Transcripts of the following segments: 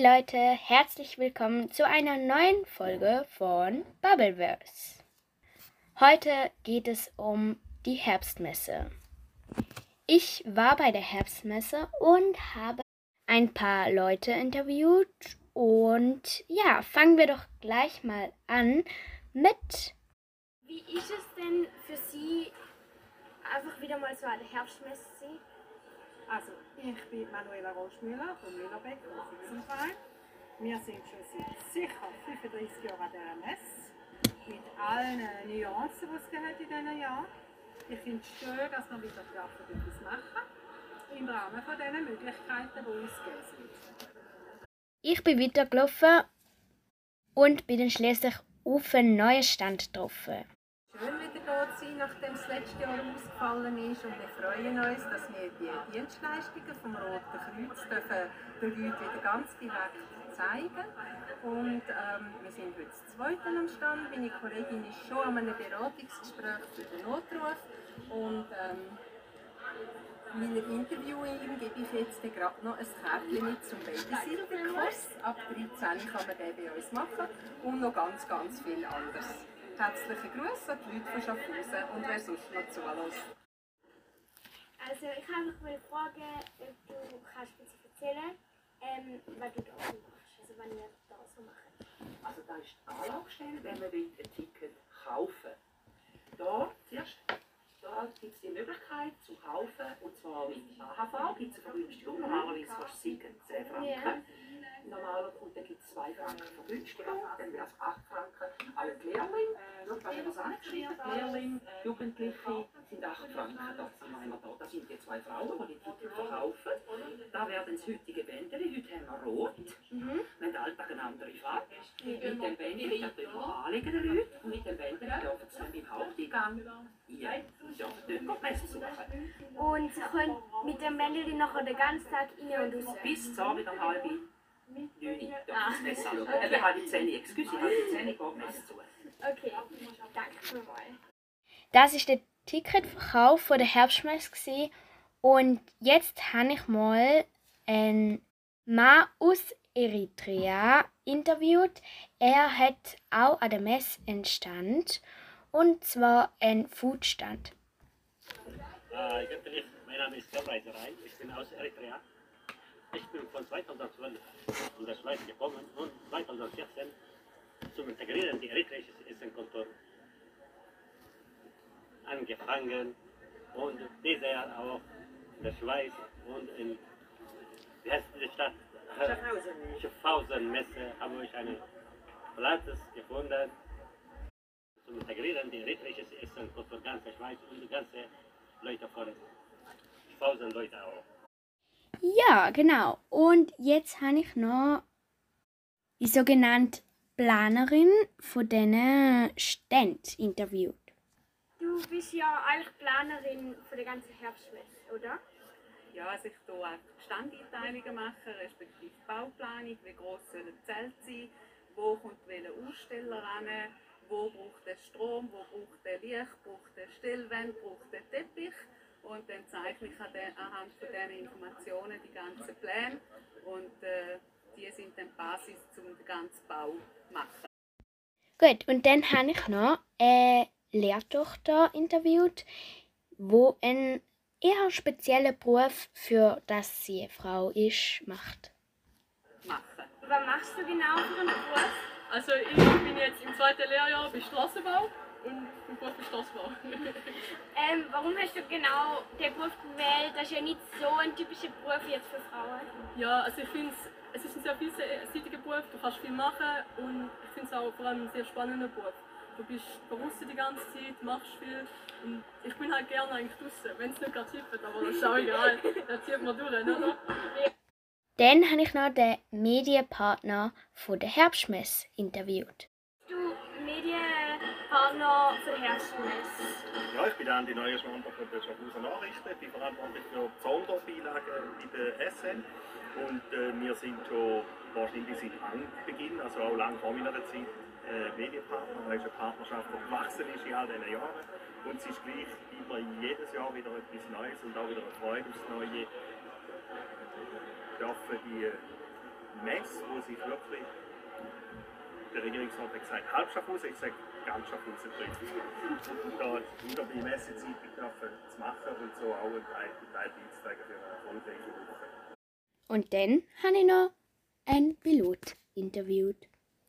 Leute, herzlich willkommen zu einer neuen Folge von Bubbleverse. Heute geht es um die Herbstmesse. Ich war bei der Herbstmesse und habe ein paar Leute interviewt und ja, fangen wir doch gleich mal an mit: Wie ist es denn für Sie, einfach wieder mal so an der Herbstmesse zu sein? Also, ich bin Manuela Roschmüller vom Mühlerbeck aus Füchsenverein. Wir sind schon seit sicher 35 Jahren an dieser Messe, mit allen Nuancen, die es gehört in diesen Jahren. Ich finde es schön, dass wir wieder etwas machen im Rahmen von diesen Möglichkeiten, die uns gegeben sind. Ich bin weitergelaufen und bin dann schließlich auf einen neuen Stand getroffen. Schön wieder hier zu sein, nachdem das letzte Jahr ausgefallen ist, und wir freuen uns, dass wir die Dienstleistungen vom Roten Kreuz den Leuten wieder ganz direkt zeigen. Und wir sind heute zu zweit am Stand. Meine Kollegin ist schon an einem Beratungsgespräch für den Notruf, und meinem Interviewerin gebe ich jetzt gerade noch ein Kärtchen mit zum Babysitterkurs. Ab 13 kann man den bei uns machen und noch ganz, ganz viel anderes. Herzliche Grüße an die Leute von Schaffhausen und wer sonst noch zulässt. Also ich wollte mich fragen, ob du kannst ein bisschen erzählen, was du da so machst, also was ihr da so macht. Also da ist die Anlaufstelle, wenn man ein Ticket kaufen will. Da gibt es die Möglichkeit zu kaufen, und zwar mit AHV gibt es eine Vergünstigung. Normalerweise kostet es 10 Franken. Ja. Und dann gibt es 2 Franken Vergünstigung, dann wäre es 8 Franken. Alle die Lehrlinge, da haben wir es angeschrieben, Lehrlinge, Jugendliche sind 8 Franken. Da sind die 2 Frauen, die Ticket verkaufen. Da werden das heutige Bändeli, heute haben wir rot. Wir haben Alltag eine andere Farbe. Mit dem Bändeli, da können wir anlegen, die Leute. Und mit dem Bändeli dürfen sie dann beim Haupteingang dort die Messe suchen. Und sie können mit dem Männchen nachher den ganzen Tag rein und raus? Bis zur Abend um 8:30 Uhr. Dürfen sie das Messe anschauen. Eben 9:30 Uhr, excuse, 9:30 Uhr geht die Messe zu. Okay, danke vielmals. Das war der Ticketverkauf von der Herbstmesse und jetzt habe ich mal einen Mann aus Eritrea interviewt. Er hat auch an der Messe einen Stand, und zwar einen Foodstand. Mein Name ist Gabriel Rein, ich bin aus Eritrea. Ich bin von 2012 in der Schweiz gekommen und 2014 zum Integrieren die eritreische Essenkultur angefangen, und dieses Jahr auch in der Schweiz und in der Stadt Schaffhausen-Messe habe ich einen Platz gefunden zum Integrieren die eritreische Essenkultur ganz der Schweiz und die ganze Leute von Schaffhausen Leute auch. Ja, genau. Und jetzt habe ich noch die sogenannte Planerin von diesen Ständen interviewt. Du bist ja eigentlich Planerin für die ganze Herbstmesse, oder? Ja, also ich tue auch Standeinteilungen machen, respektive Bauplanung, wie gross soll ein Zelt sein, wo kommt welcher Aussteller ran, wo braucht der Strom, wo braucht der Licht, braucht der Stellwände, braucht der Teppich. Und dann zeichne ich anhand von diesen Informationen die ganzen Pläne, und die sind dann die Basis, um den ganzen Bau zu machen. Gut, und dann habe ich noch eine Lehrtochter interviewt, wo einen eher speziellen Beruf, für das sie eine Frau ist, macht. Was machst du genau für einen Beruf? Also ich bin jetzt im 2. Lehrjahr bei Straßenbau und im Beruf für Straßenbau. Warum hast du genau den Beruf gewählt? Das ist ja nicht so ein typischer Beruf jetzt für Frauen. Ja, also ich finde es ist ein sehr vielseitiger Beruf, du kannst viel machen, und ich finde es auch vor allem ein sehr spannender Beruf. Du bist draußen die ganze Zeit, machst viel, und ich bin halt gerne eigentlich draußen, wenn es nicht gerade zieht, aber das ist auch egal, da zieht man durch, oder? Dann habe ich noch den Medienpartner von der Herbstmesse interviewt. Du Medienpartner für die Herbstmesse. Ja, ich bin dann die neue Schwander von der Schaffhauser Nachrichten, bin verantwortlich für die Sonderbeilagen bei der SN, und wir sind schon wahrscheinlich seit Anbeginn, also auch lange vor meiner Zeit, Medienpartner. Das ist eine Partnerschaft, die gewachsen ist in all diesen Jahren, und es ist gleich immer jedes Jahr wieder etwas Neues und auch wieder eine Freude aufs Neue. Wir dürfen die Messe, wo sich wirklich, der Regierungsrat hat gesagt, halb Schaffhausen, ich sage ganz Schaffhausen trifft. Da wieder bei Messezeitung zu machen und so auch einen Teil beizutragen für eine erfolgreiche Woche. Und dann habe ich noch einen Pilot interviewt.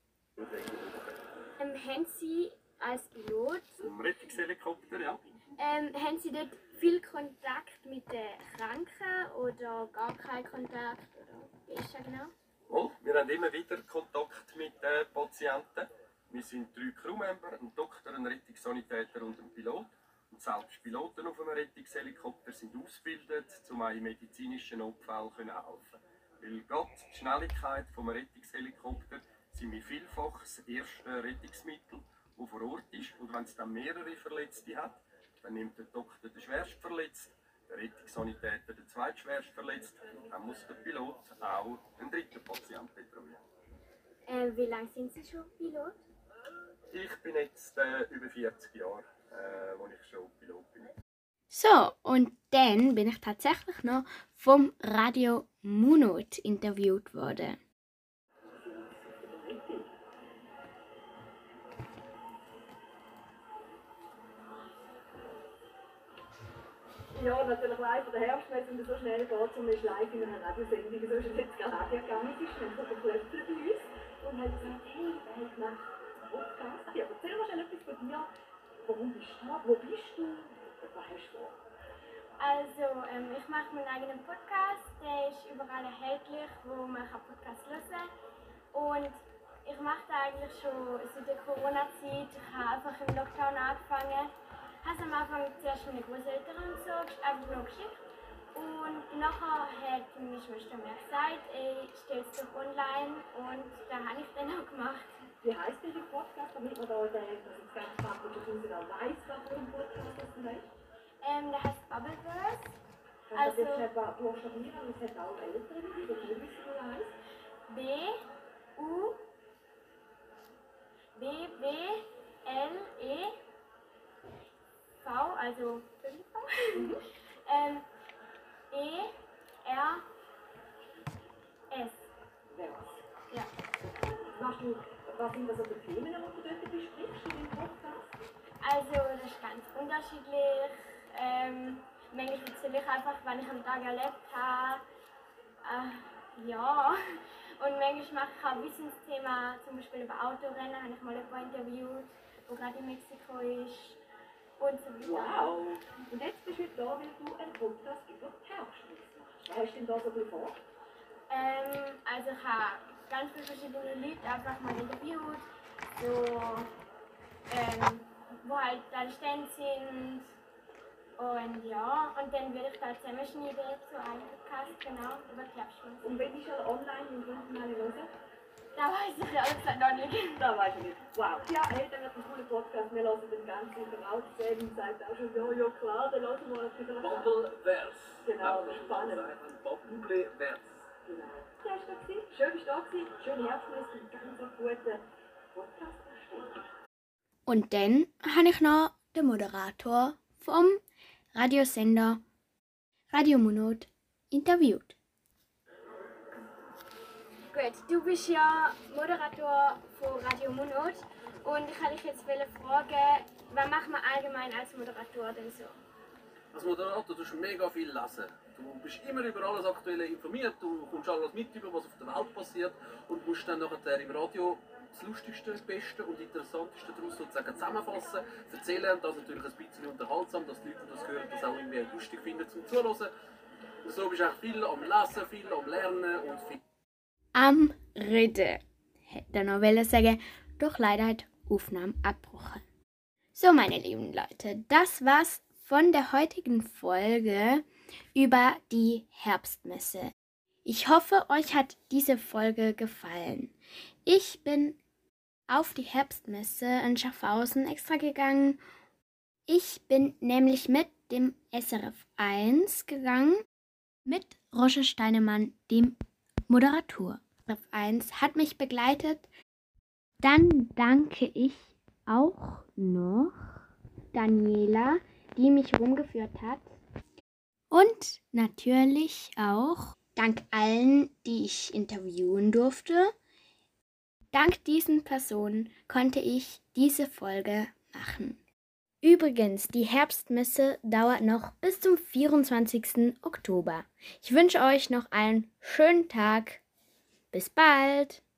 Haben Sie als Pilot, Ein Rettungshelikopter, ja. haben Sie dort viel Kontakt mit den Kranken oder gar keinen Kontakt? Oder wie ist das genau? Oh, wir haben immer wieder Kontakt mit den Patienten. Wir sind 3 Crewmember, ein Doktor, ein Rettungssanitäter und ein Pilot. Und selbst Piloten auf einem Rettungshelikopter sind ausgebildet, um auch in medizinischen Notfällen helfen können. Weil gerade die Schnelligkeit des Rettungshelikopters sind wir vielfach das erste Rettungsmittel, das vor Ort ist. Und wenn es dann mehrere Verletzte hat, dann nimmt der Doktor den Schwerstverletzten, der Rettungssanitäter den zweitschwerstverletzten, dann muss der Pilot auch einen dritten Patienten betreuen. Wie lange sind Sie schon Pilot? Ich bin jetzt über 40 Jahre, als ich schon Pilot bin. So, und dann bin ich tatsächlich noch vom Radio Munot interviewt worden. Ja, natürlich live von der Herbstmesse und so schnell geht, und ist live in einer Radiosendung, so ist es jetzt gerade auch gegangen. Es ist dann so geklopft bei uns und hat gesagt, hey, wer hat gemacht einen Podcast? Ach ja, erzähl mal schnell etwas von dir. Warum bist du da? Wo bist du? Was hast du vor? Also, ich mache meinen eigenen Podcast, der ist überall erhältlich, wo man Podcasts hören kann. Und ich mache das eigentlich schon seit der Corona-Zeit. Ich habe einfach im Lockdown angefangen. Ich habe es am Anfang zuerst meine Großeltern und so einfach nur geschickt. Und nachher hat meine Schwester mir gesagt, ich stelle es doch online, und das habe ich dann auch gemacht. Wie heisst denn der Podcast, damit man da das ganz praktisch auch weiss, was für ein Podcast das ist? Der heißt Bubbleverse. Kannst du das jetzt mal buchstabieren? Das hat auch Eltern, die wissen, wie das heisst. B-U-B-B-L-E-V, also E-R-S. Ja. Was sind das so für Themen, die du dort besprichst in deinem Podcast? Also, das ist ganz unterschiedlich. Manchmal erzähle ich einfach, was ich am Tag erlebt habe. Ja. Und manchmal mache ich auch Wissensthema, zum Beispiel über Autorennen, habe ich mal jemanden interviewt, der gerade in Mexiko ist. Und so weiter. Wow! Und jetzt bist du da, weil du einen Podcast über die Herbstmesse machst. Was hast du denn da so viel vor? Also ich habe ganz viele verschiedene Leute einfach mal interviewt, so, wo halt alle Stände sind. Und ja, und dann will ich da zusammenschneiden zu einem Podcast, genau, über die Herbstmesse. Und wenn ich schon online im Grunde mal hören? Da weiß ich ehrlich gesagt noch nicht. Da weiß ich nicht. Wow. Ja, hey, dann wird ein cooler Podcast. Wir hören den ganzen in der Auszählung, sagt auch schon, ja, klar, dann hören wir auf wieder. Bubbleverse. Genau, spannend. Bubbleverse. Genau. Ja, ist da gewesen. Schön, bist du da gewesen. Schöne Herbstmesse und ganz einen guten Podcast erstellt. Und dann habe ich noch den Moderator vom Radiosender Radio Munot interviewt. Gut, du bist ja Moderator von Radio Munot, und ich wollte dich jetzt fragen, was macht man allgemein als Moderator denn so? Als Moderator tust du mega viel lesen. Du bist immer über alles Aktuelle informiert, du kommst alles mit, über was auf der Welt passiert, und musst dann nachher im Radio das Lustigste, das Beste und Interessanteste daraus sozusagen zusammenfassen, erzählen, das natürlich ein bisschen unterhaltsam, dass die Leute, die das hören, das auch irgendwie lustig finden zum Zuhören. Und so bist du auch viel am Lesen, viel am Lernen und viel Am Reden. Hätte noch wollen sagen, doch leider hat die Aufnahme abgebrochen. So, meine lieben Leute, das war's von der heutigen Folge über die Herbstmesse. Ich hoffe, euch hat diese Folge gefallen. Ich bin auf die Herbstmesse in Schaffhausen extra gegangen. Ich bin nämlich mit dem SRF 1 gegangen, mit Roger Steinemann, dem Moderator. SRF 1 hat mich begleitet. Dann danke ich auch noch Daniela, die mich rumgeführt hat. Und natürlich auch Dank allen, die ich interviewen durfte. Dank diesen Personen konnte ich diese Folge machen. Übrigens, die Herbstmesse dauert noch bis zum 24. Oktober. Ich wünsche euch noch einen schönen Tag. Bis bald!